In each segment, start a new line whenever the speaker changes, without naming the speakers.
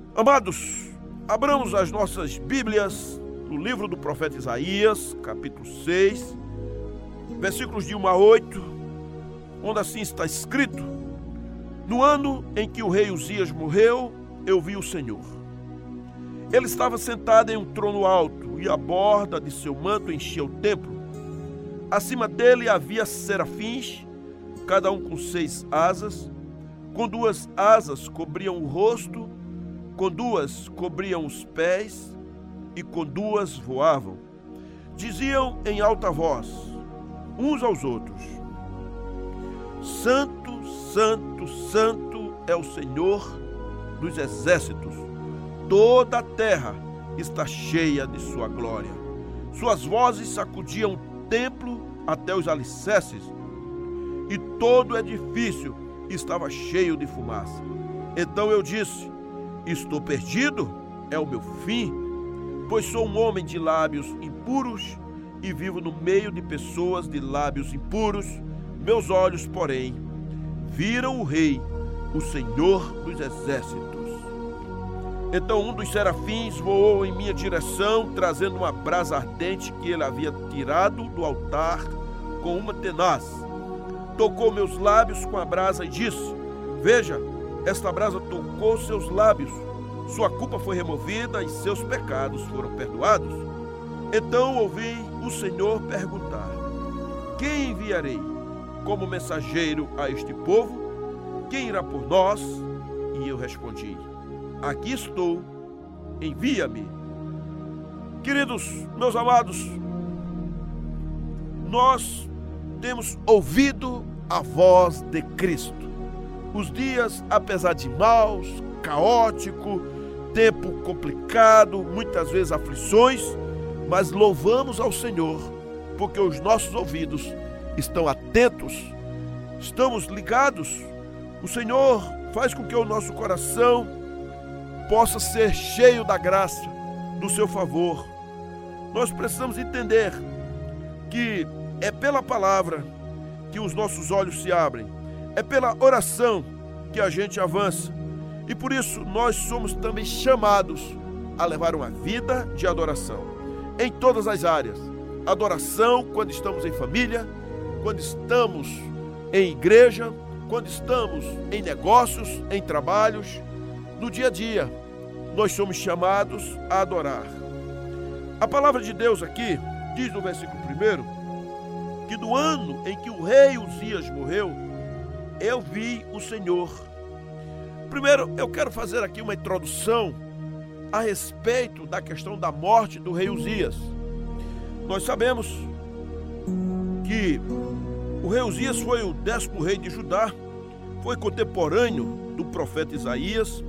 Amados, abramos as nossas Bíblias no livro do profeta Isaías, capítulo 6, versículos de 1 a 8, onde assim está escrito: No ano em que o rei Uzias morreu, eu vi o Senhor. Ele estava sentado em um trono alto, e a borda de seu manto enchia o templo. Acima dele havia serafins, cada um com 6 asas. Com 2 asas cobriam o rosto, com 2 cobriam os pés, e com 2 voavam. Diziam em alta voz, uns aos outros: Santo, Santo, Santo é o Senhor dos exércitos. Toda a terra está cheia de sua glória. Suas vozes sacudiam o templo até os alicerces, e todo o edifício estava cheio de fumaça. Então eu disse: Estou perdido, é o meu fim, pois sou um homem de lábios impuros e vivo no meio de pessoas de lábios impuros. Meus olhos, porém, viram o Rei, o Senhor dos exércitos. Então um dos serafins voou em minha direção, trazendo uma brasa ardente que ele havia tirado do altar com uma tenaz. Tocou meus lábios com a brasa e disse: Veja, esta brasa tocou seus lábios. Sua culpa foi removida e seus pecados foram perdoados. Então ouvi o Senhor perguntar: Quem enviarei como mensageiro a este povo? Quem irá por nós? E eu respondi: Aqui estou, envia-me. Queridos, meus amados, nós temos ouvido a voz de Cristo. Os dias, apesar de maus, caótico, tempo complicado, muitas vezes aflições, mas louvamos ao Senhor, porque os nossos ouvidos estão atentos, estamos ligados. O Senhor faz com que o nosso coração possa ser cheio da graça, do seu favor. Nós precisamos entender que é pela palavra que os nossos olhos se abrem, é pela oração que a gente avança. E por isso nós somos também chamados a levar uma vida de adoração em todas as áreas. Adoração quando estamos em família, quando estamos em igreja, quando estamos em negócios, em trabalhos, no dia a dia. Nós somos chamados a adorar. A palavra de Deus aqui diz no versículo 1 que no ano em que o rei Uzias morreu, eu vi o Senhor. Primeiro, eu quero fazer aqui uma introdução a respeito da questão da morte do rei Uzias. Nós sabemos que o rei Uzias foi o 10º rei de Judá, foi contemporâneo do profeta Isaías,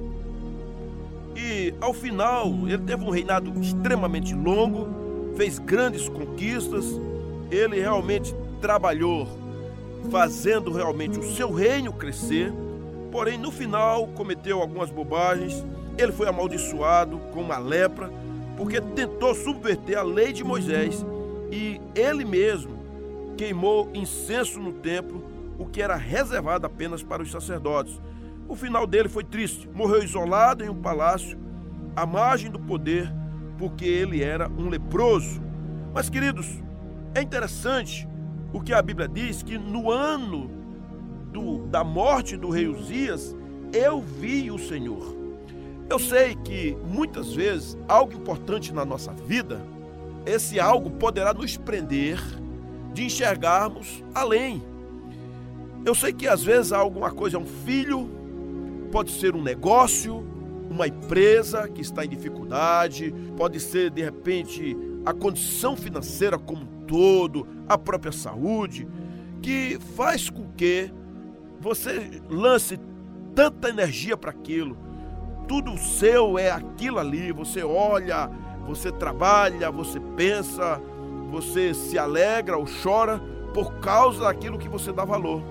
e ao final ele teve um reinado extremamente longo, fez grandes conquistas, ele realmente trabalhou fazendo realmente o seu reino crescer, porém no final cometeu algumas bobagens. Ele foi amaldiçoado com uma lepra, porque tentou subverter a lei de Moisés, e ele mesmo queimou incenso no templo, o que era reservado apenas para os sacerdotes. O final dele foi triste, morreu isolado em um palácio, à margem do poder, porque ele era um leproso. Mas, queridos, é interessante o que a Bíblia diz, que no ano da morte do rei Uzias, eu vi o Senhor. Eu sei que muitas vezes algo importante na nossa vida, esse algo poderá nos prender de enxergarmos além. Eu sei que às vezes alguma coisa é um filho, pode ser um negócio, uma empresa que está em dificuldade, pode ser de repente a condição financeira como um todo, a própria saúde, que faz com que você lance tanta energia para aquilo. Tudo seu é aquilo ali, você olha, você trabalha, você pensa, você se alegra ou chora por causa daquilo que você dá valor.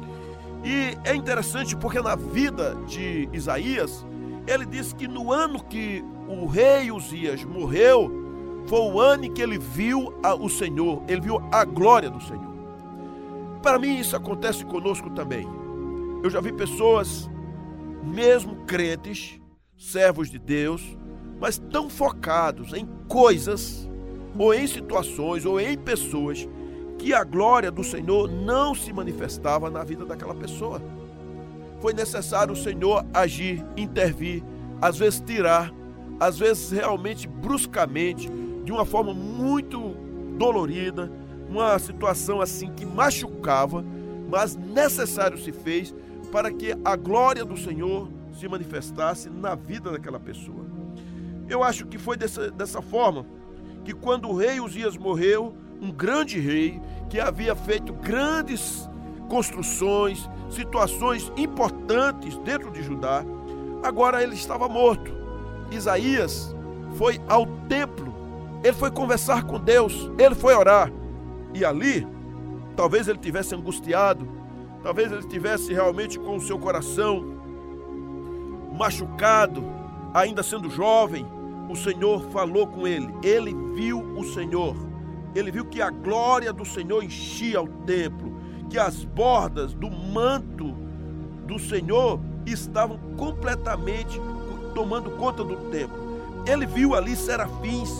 E é interessante porque na vida de Isaías, ele diz que no ano que o rei Uzias morreu, foi o ano em que ele viu o Senhor, ele viu a glória do Senhor. Para mim isso acontece conosco também. Eu já vi pessoas, mesmo crentes, servos de Deus, mas tão focados em coisas, ou em situações, ou em pessoas, que a glória do Senhor não se manifestava na vida daquela pessoa. Foi necessário o Senhor agir, intervir, às vezes tirar, às vezes realmente bruscamente, de uma forma muito dolorida, uma situação assim que machucava, mas necessário se fez para que a glória do Senhor se manifestasse na vida daquela pessoa. Eu acho que foi dessa forma que quando o rei Uzias morreu, um grande rei que havia feito grandes construções, situações importantes dentro de Judá, agora ele estava morto. Isaías foi ao templo, ele foi conversar com Deus, ele foi orar, e ali, talvez ele tivesse angustiado, talvez ele estivesse realmente com o seu coração machucado, ainda sendo jovem. O Senhor falou com ele, ele viu o Senhor, ele viu que a glória do Senhor enchia o templo, que as bordas do manto do Senhor estavam completamente tomando conta do templo. Ele viu ali serafins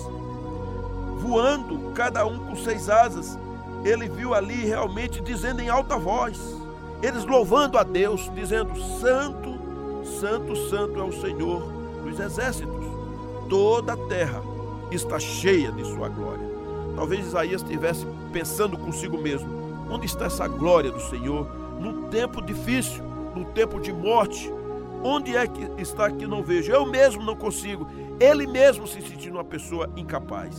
voando, cada um com 6 asas. Ele viu ali realmente dizendo em alta voz, eles louvando a Deus, dizendo: Santo, Santo, Santo é o Senhor dos exércitos. Toda a terra está cheia de sua glória. Talvez Isaías estivesse pensando consigo mesmo: onde está essa glória do Senhor num tempo difícil, num tempo de morte? Onde é que está que não vejo? Eu mesmo não consigo. Ele mesmo se sentindo uma pessoa incapaz.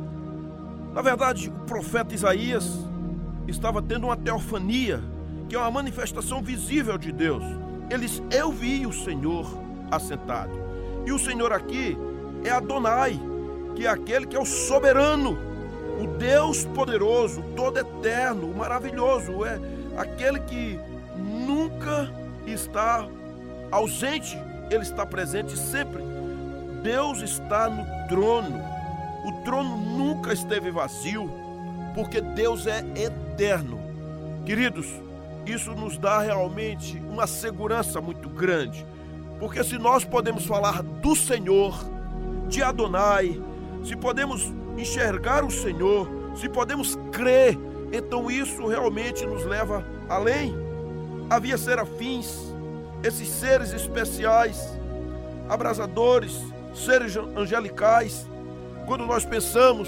Na verdade, o profeta Isaías estava tendo uma teofania, que é uma manifestação visível de Deus. Ele diz: eu vi o Senhor assentado. E o Senhor aqui é Adonai, que é aquele que é o soberano, o Deus poderoso, todo eterno, o maravilhoso, é aquele que nunca está ausente, ele está presente sempre. Deus está no trono, o trono nunca esteve vazio, porque Deus é eterno. Queridos, isso nos dá realmente uma segurança muito grande, porque se nós podemos falar do Senhor, de Adonai, se podemos enxergar o Senhor, se podemos crer, então isso realmente nos leva além. Havia serafins, esses seres especiais, abrasadores, seres angelicais. Quando nós pensamos,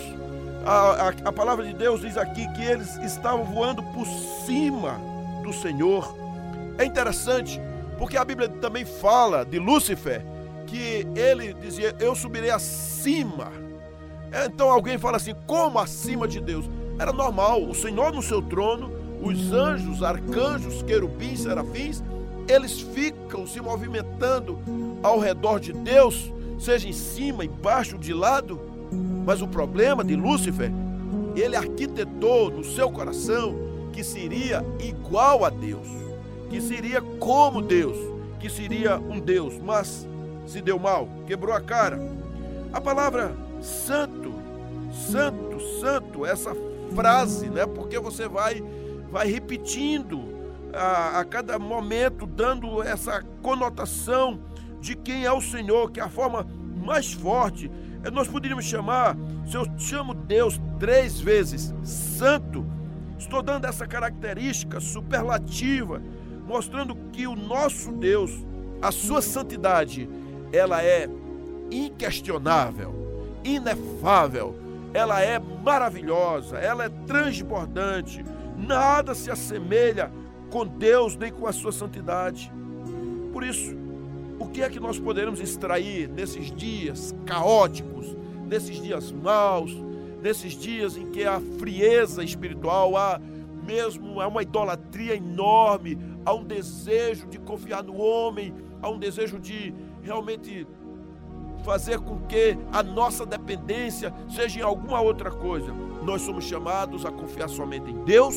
a palavra de Deus diz aqui que eles estavam voando por cima do Senhor. É interessante, porque a Bíblia também fala de Lúcifer, que ele dizia: eu subirei acima. Então alguém fala assim: como acima de Deus? Era normal, o Senhor no seu trono, os anjos, arcanjos, querubins, serafins, eles ficam se movimentando ao redor de Deus, seja em cima, embaixo, de lado. Mas o problema de Lúcifer, ele arquitetou no seu coração que seria igual a Deus, que seria como Deus, que seria um Deus, mas se deu mal, quebrou a cara. A palavra santo, santo, santo, essa frase, né? Porque você vai repetindo a cada momento, dando essa conotação de quem é o Senhor, que é a forma mais forte. Nós poderíamos chamar, se eu chamo Deus 3 vezes santo, estou dando essa característica superlativa, mostrando que o nosso Deus, a sua santidade, ela é inquestionável, inefável, ela é maravilhosa, ela é transbordante. Nada se assemelha com Deus nem com a sua santidade. Por isso, o que é que nós poderemos extrair nesses dias caóticos, nesses dias maus, nesses dias em que há frieza espiritual, há uma idolatria enorme, há um desejo de confiar no homem, há um desejo de realmente fazer com que a nossa dependência seja em alguma outra coisa? Nós somos chamados a confiar somente em Deus,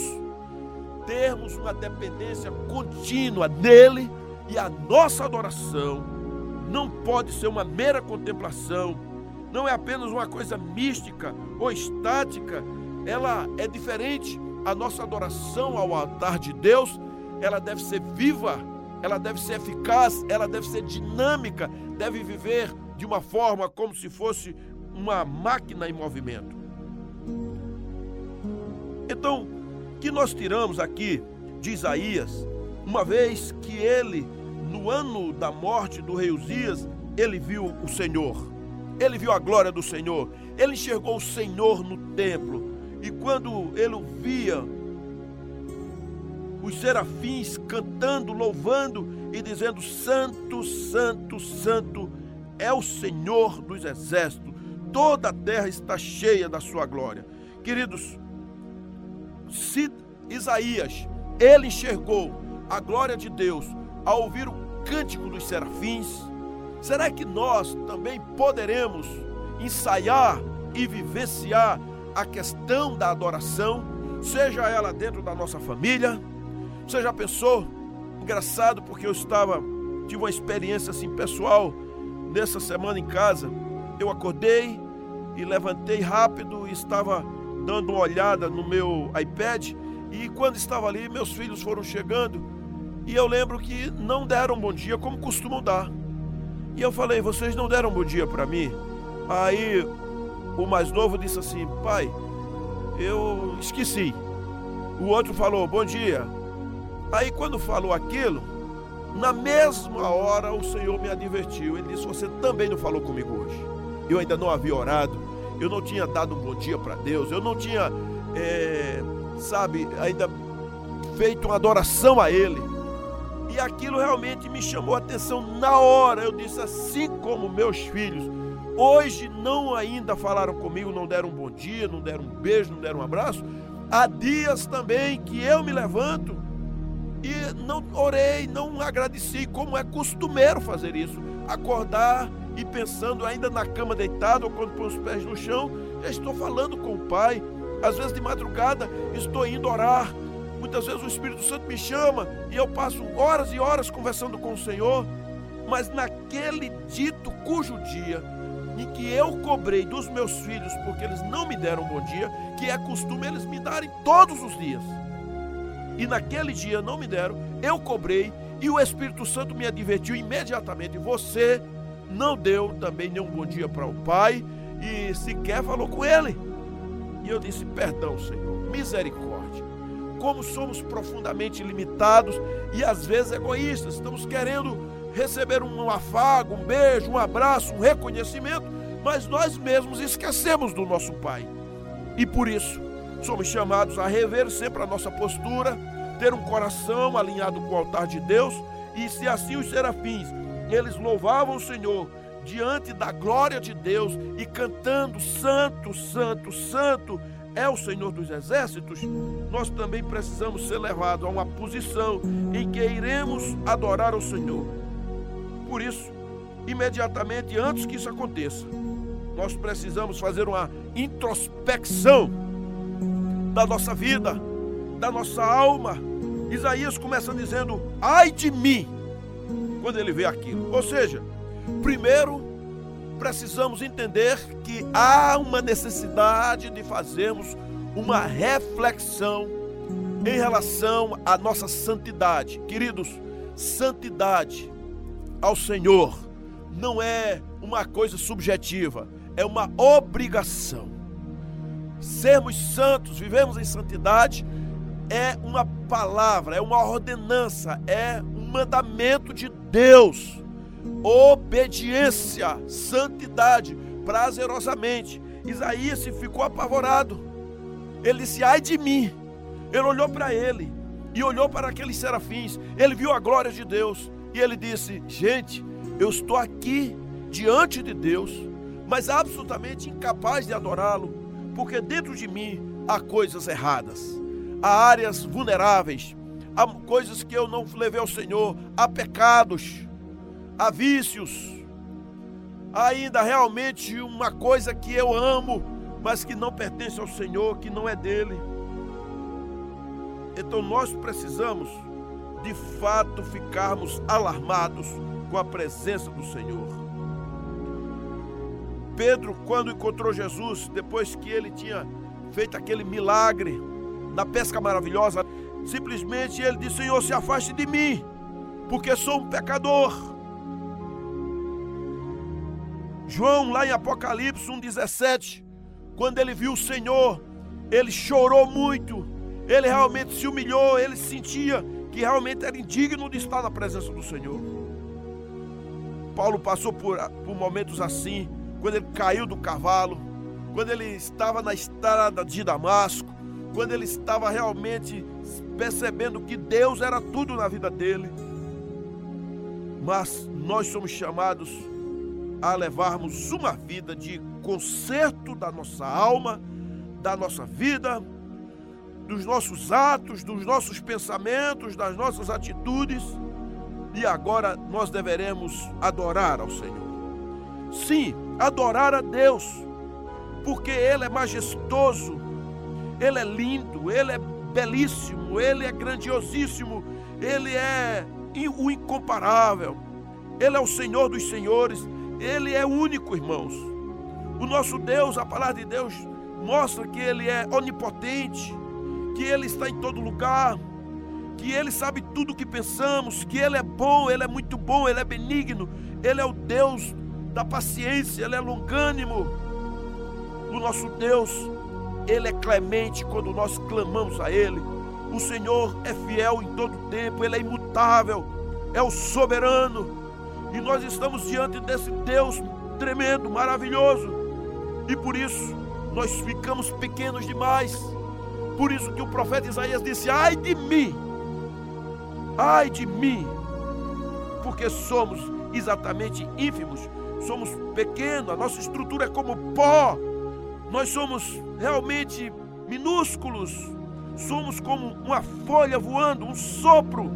termos uma dependência contínua nele, e a nossa adoração não pode ser uma mera contemplação, não é apenas uma coisa mística ou estática, ela é diferente. A nossa adoração ao altar de Deus, ela deve ser viva, ela deve ser eficaz, ela deve ser dinâmica, deve viver de uma forma como se fosse uma máquina em movimento. Então, o que nós tiramos aqui de Isaías, uma vez que ele, no ano da morte do rei Uzias, ele viu o Senhor, ele viu a glória do Senhor, ele enxergou o Senhor no templo, e quando ele via os serafins cantando, louvando e dizendo: Santo, Santo, Santo é o Senhor dos exércitos, toda a terra está cheia da sua glória. Queridos, se Isaías, ele enxergou a glória de Deus ao ouvir o cântico dos serafins, será que nós também poderemos ensaiar e vivenciar a questão da adoração, seja ela dentro da nossa família? Você já pensou? Engraçado, porque tive uma experiência assim pessoal nessa semana em casa. Eu acordei e levantei rápido e estava dando uma olhada no meu iPad, e quando estava ali, meus filhos foram chegando e eu lembro que não deram bom dia como costumam dar. E eu falei: vocês não deram bom dia para mim? Aí o mais novo disse assim: pai, eu esqueci. O outro falou: bom dia. Aí quando falou aquilo, na mesma hora o Senhor me advertiu. Ele disse: você também não falou comigo hoje. Eu ainda não havia orado, eu não tinha dado um bom dia para Deus, eu não tinha, ainda feito uma adoração a Ele. E aquilo realmente me chamou a atenção na hora. Eu disse: assim como meus filhos hoje não ainda falaram comigo, não deram um bom dia, não deram um beijo, não deram um abraço, há dias também que eu me levanto e não orei, não agradeci, como é costumeiro fazer isso. Acordar e pensando ainda na cama deitado, ou quando põe os pés no chão, já estou falando com o Pai. Às vezes de madrugada estou indo orar. Muitas vezes o Espírito Santo me chama e eu passo horas e horas conversando com o Senhor. Mas naquele dito cujo dia em que eu cobrei dos meus filhos porque eles não me deram um bom dia, que é costume eles me darem todos os dias, e naquele dia não me deram, eu cobrei, e o Espírito Santo me advertiu imediatamente: você não deu também nenhum bom dia para o Pai e sequer falou com Ele. E eu disse: perdão, Senhor, misericórdia. Como somos profundamente limitados e às vezes egoístas, estamos querendo receber um afago, um beijo, um abraço, um reconhecimento, mas nós mesmos esquecemos do nosso Pai. E por isso somos chamados a rever sempre a nossa postura, ter um coração alinhado com o altar de Deus. E se assim os serafins, eles louvavam o Senhor diante da glória de Deus e cantando: Santo, Santo, Santo é o Senhor dos exércitos, nós também precisamos ser levados a uma posição em que iremos adorar o Senhor. Por isso, imediatamente antes que isso aconteça, nós precisamos fazer uma introspecção da nossa vida, da nossa alma. Isaías começa dizendo: ai de mim, quando ele vê aquilo. Ou seja, primeiro precisamos entender que há uma necessidade de fazermos uma reflexão em relação à nossa santidade. Queridos, santidade ao Senhor não é uma coisa subjetiva, é uma obrigação. Sermos santos, vivemos em santidade, é uma palavra, é uma ordenança, é um mandamento de Deus. Obediência, santidade, prazerosamente. Isaías ficou apavorado. Ele disse: ai de mim. Ele olhou para ele e olhou para aqueles serafins. Ele viu a glória de Deus e ele disse: gente, eu estou aqui diante de Deus, mas absolutamente incapaz de adorá-lo, porque dentro de mim há coisas erradas, há áreas vulneráveis, há coisas que eu não levei ao Senhor, há pecados, há vícios, há ainda realmente uma coisa que eu amo, mas que não pertence ao Senhor, que não é dele. Então nós precisamos de fato ficarmos alarmados com a presença do Senhor. Pedro, quando encontrou Jesus, depois que ele tinha feito aquele milagre da pesca maravilhosa, simplesmente ele disse: Senhor, se afaste de mim, porque sou um pecador. João, lá em Apocalipse 1,17, quando ele viu o Senhor, ele chorou muito, ele realmente se humilhou, ele sentia que realmente era indigno de estar na presença do Senhor. Paulo passou por momentos assim, quando ele caiu do cavalo, quando ele estava na estrada de Damasco, quando ele estava realmente percebendo que Deus era tudo na vida dele. Mas nós somos chamados a levarmos uma vida de conserto da nossa alma, da nossa vida, dos nossos atos, dos nossos pensamentos, das nossas atitudes. E agora nós deveremos adorar ao Senhor. Sim, adorar a Deus, porque Ele é majestoso, Ele é lindo, Ele é belíssimo, Ele é grandiosíssimo, Ele é o incomparável, Ele é o Senhor dos senhores, Ele é único, irmãos. O nosso Deus, a palavra de Deus mostra que Ele é onipotente, que Ele está em todo lugar, que Ele sabe tudo o que pensamos, que Ele é bom, Ele é muito bom, Ele é benigno, Ele é o Deus da paciência, Ele é longânimo. O nosso Deus, Ele é clemente quando nós clamamos a Ele. O Senhor é fiel em todo tempo, Ele é imutável, é o soberano. E nós estamos diante desse Deus tremendo, maravilhoso. E por isso, nós ficamos pequenos demais. Por isso que o profeta Isaías disse: ai de mim, porque somos exatamente ínfimos, somos pequenos, a nossa estrutura é como pó, nós somos realmente minúsculos, somos como uma folha voando, um sopro.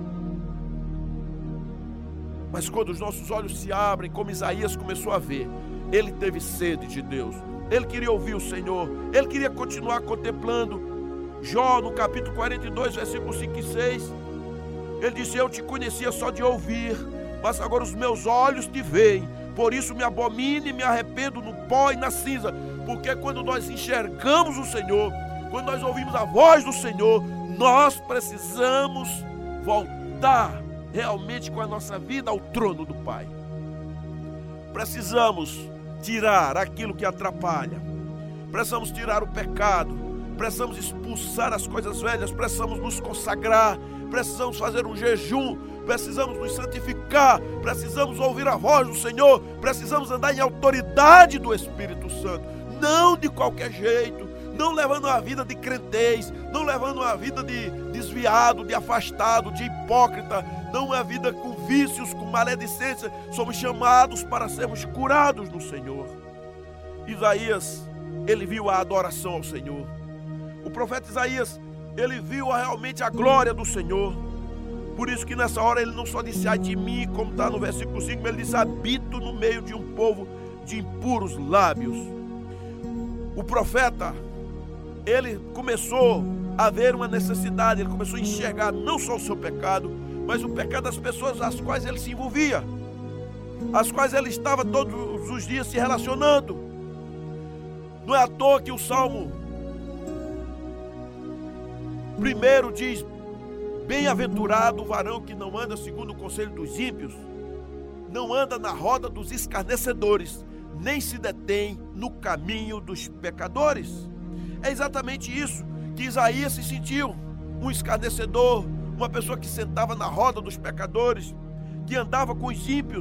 Mas quando os nossos olhos se abrem, como Isaías começou a ver, ele teve sede de Deus, ele queria ouvir o Senhor, ele queria continuar contemplando. Jó, no capítulo 42, versículos 5 e 6, ele disse: eu te conhecia só de ouvir, mas agora os meus olhos te veem, por isso me abomino e me arrependo no pó e na cinza. Porque quando nós enxergamos o Senhor, quando nós ouvimos a voz do Senhor, nós precisamos voltar realmente com a nossa vida ao trono do Pai. Precisamos tirar aquilo que atrapalha, precisamos tirar o pecado, precisamos expulsar as coisas velhas, precisamos nos consagrar, precisamos fazer um jejum, precisamos nos santificar, precisamos ouvir a voz do Senhor, precisamos andar em autoridade do Espírito Santo, não de qualquer jeito, não levando uma vida de crentez, não levando uma vida de desviado, de afastado, de hipócrita, não uma vida com vícios, com maledicência. Somos chamados para sermos curados no Senhor. Isaías, ele viu a adoração ao Senhor. O profeta Isaías, ele viu realmente a glória do Senhor. Por isso que nessa hora ele não só disse: ai de mim, como está no versículo 5, mas ele disse: habito no meio de um povo de impuros lábios. O profeta, ele começou a ver uma necessidade, ele começou a enxergar não só o seu pecado, mas o pecado das pessoas às quais ele se envolvia, às quais ele estava todos os dias se relacionando. Não é à toa que o Salmo 1 diz: bem-aventurado o varão que não anda segundo o conselho dos ímpios, não anda na roda dos escarnecedores, nem se detém no caminho dos pecadores. É exatamente isso que Isaías se sentiu: um escarnecedor, uma pessoa que sentava na roda dos pecadores, que andava com os ímpios.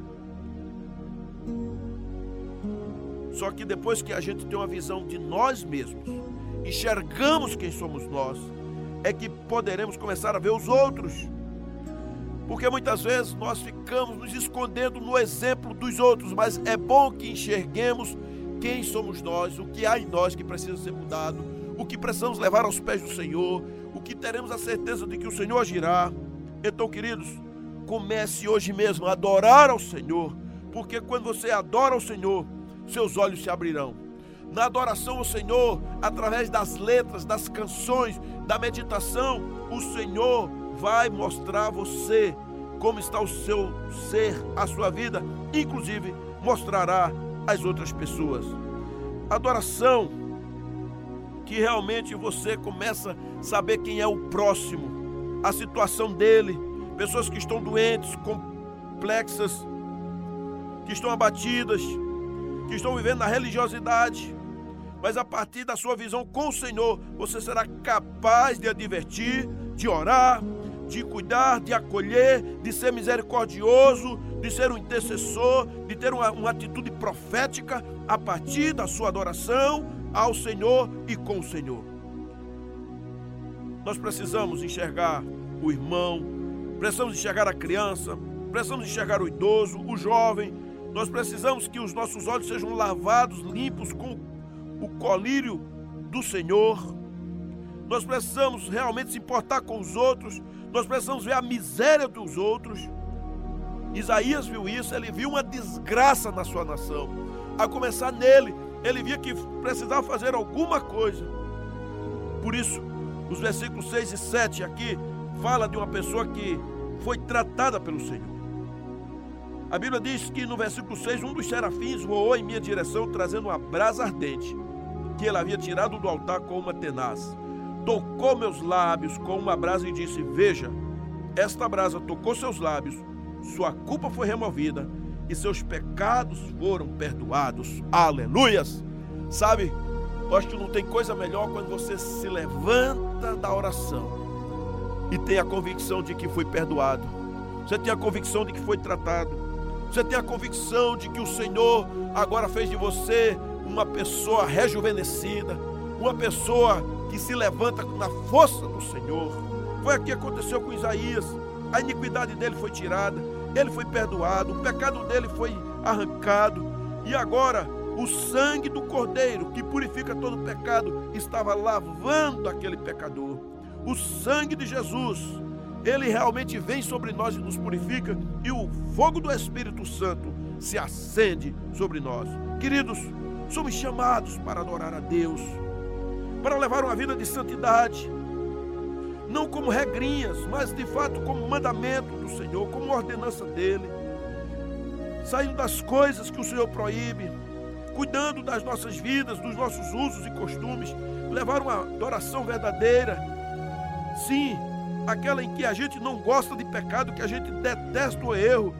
Só que depois que a gente tem uma visão de nós mesmos, enxergamos quem somos nós, é que poderemos começar a ver os outros. Porque muitas vezes nós ficamos nos escondendo no exemplo dos outros, mas é bom que enxerguemos quem somos nós, o que há em nós que precisa ser mudado, o que precisamos levar aos pés do Senhor, o que teremos a certeza de que o Senhor agirá. Então, queridos, comece hoje mesmo a adorar ao Senhor, porque quando você adora ao Senhor, seus olhos se abrirão. Na adoração ao Senhor, através das letras, das canções, da meditação, o Senhor vai mostrar a você como está o seu ser, a sua vida, inclusive mostrará às outras pessoas. Adoração que realmente você começa a saber quem é o próximo, a situação dele, pessoas que estão doentes, complexas, que estão abatidas, que estão vivendo na religiosidade, mas a partir da sua visão com o Senhor, você será capaz de advertir, de orar, de cuidar, de acolher, de ser misericordioso, de ser um intercessor, de ter uma atitude profética a partir da sua adoração ao Senhor e com o Senhor. Nós precisamos enxergar o irmão, precisamos enxergar a criança, precisamos enxergar o idoso, o jovem. Nós precisamos que os nossos olhos sejam lavados, limpos com o colírio do Senhor. Nós precisamos realmente se importar com os outros. Nós precisamos ver a miséria dos outros. Isaías viu isso, ele viu uma desgraça na sua nação. A começar nele, ele via que precisava fazer alguma coisa. Por isso, os versículos 6 e 7 aqui fala de uma pessoa que foi tratada pelo Senhor. A Bíblia diz que no versículo 6, um dos serafins voou em minha direção, trazendo uma brasa ardente, que ele havia tirado do altar com uma tenaz. Tocou meus lábios com uma brasa e disse: veja, esta brasa tocou seus lábios, sua culpa foi removida e seus pecados foram perdoados. Aleluias! Sabe, eu acho que não tem coisa melhor quando você se levanta da oração e tem a convicção de que foi perdoado. Você tem a convicção de que foi tratado. Você tem a convicção de que o Senhor agora fez de você uma pessoa rejuvenescida, uma pessoa que se levanta na força do Senhor. Foi o que aconteceu com Isaías. A iniquidade dele foi tirada, ele foi perdoado, o pecado dele foi arrancado, e agora o sangue do Cordeiro, que purifica todo o pecado, estava lavando aquele pecador. O sangue de Jesus, ele realmente vem sobre nós e nos purifica, e o fogo do Espírito Santo se acende sobre nós. Queridos, somos chamados para adorar a Deus, para levar uma vida de santidade, não como regrinhas, mas de fato como mandamento do Senhor, como ordenança dele, saindo das coisas que o Senhor proíbe, cuidando das nossas vidas, dos nossos usos e costumes, levar uma adoração verdadeira, sim, aquela em que a gente não gosta de pecado, que a gente detesta o erro,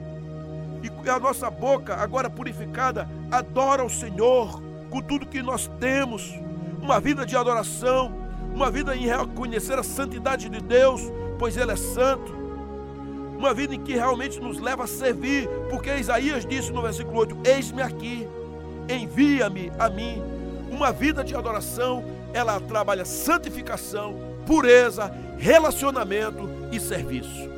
e a nossa boca, agora purificada, adora o Senhor com tudo que nós temos. Uma vida de adoração, uma vida em reconhecer a santidade de Deus, pois Ele é santo. Uma vida em que realmente nos leva a servir, porque Isaías disse no versículo 8: eis-me aqui, envia-me a mim. Uma vida de adoração, ela trabalha santificação, pureza, relacionamento e serviço.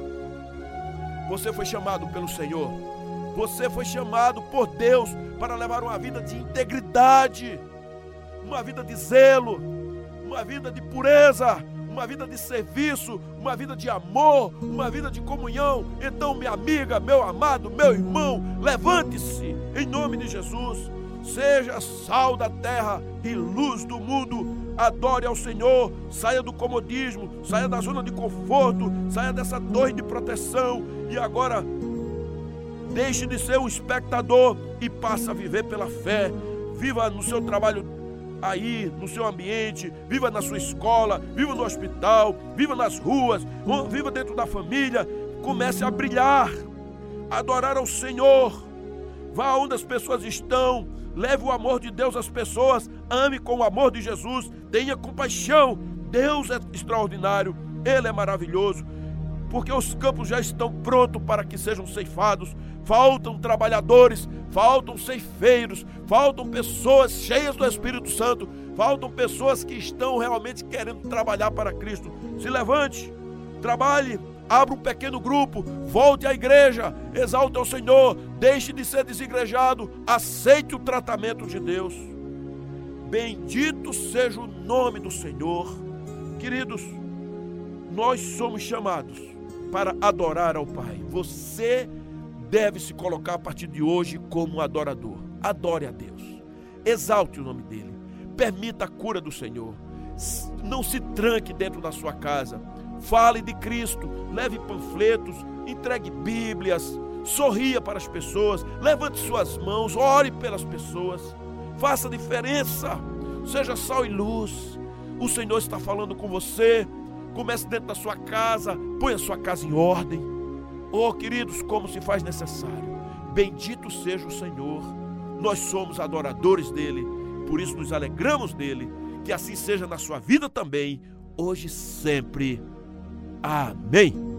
Você foi chamado pelo Senhor, você foi chamado por Deus para levar uma vida de integridade, uma vida de zelo, uma vida de pureza, uma vida de serviço, uma vida de amor, uma vida de comunhão. Então, minha amiga, meu amado, meu irmão, levante-se em nome de Jesus, seja sal da terra e luz do mundo. Adore ao Senhor, saia do comodismo, saia da zona de conforto, saia dessa torre de proteção e agora deixe de ser um espectador e passe a viver pela fé. Viva no seu trabalho aí, no seu ambiente, viva na sua escola, viva no hospital, viva nas ruas, viva dentro da família. Comece a brilhar, a adorar ao Senhor. Vá onde as pessoas estão, leve o amor de Deus às pessoas, ame com o amor de Jesus, tenha compaixão. Deus é extraordinário, Ele é maravilhoso, porque os campos já estão prontos para que sejam ceifados. Faltam trabalhadores, faltam ceifeiros, faltam pessoas cheias do Espírito Santo, faltam pessoas que estão realmente querendo trabalhar para Cristo. Se levante, trabalhe, abra um pequeno grupo, volte à igreja, exalte ao Senhor, deixe de ser desigrejado, aceite o tratamento de Deus. Bendito seja o nome do Senhor. Queridos, nós somos chamados para adorar ao Pai. Você deve se colocar a partir de hoje como um adorador. Adore a Deus, exalte o nome dEle, permita a cura do Senhor. Não se tranque dentro da sua casa, fale de Cristo, leve panfletos, entregue bíblias, sorria para as pessoas, levante suas mãos, ore pelas pessoas, faça diferença, seja sal e luz. O Senhor está falando com você. Comece dentro da sua casa, ponha a sua casa em ordem, Oh, queridos, como se faz necessário. Bendito seja o Senhor. Nós somos adoradores dele, por isso nos alegramos nele. Que assim seja na sua vida também, hoje e sempre. Amém.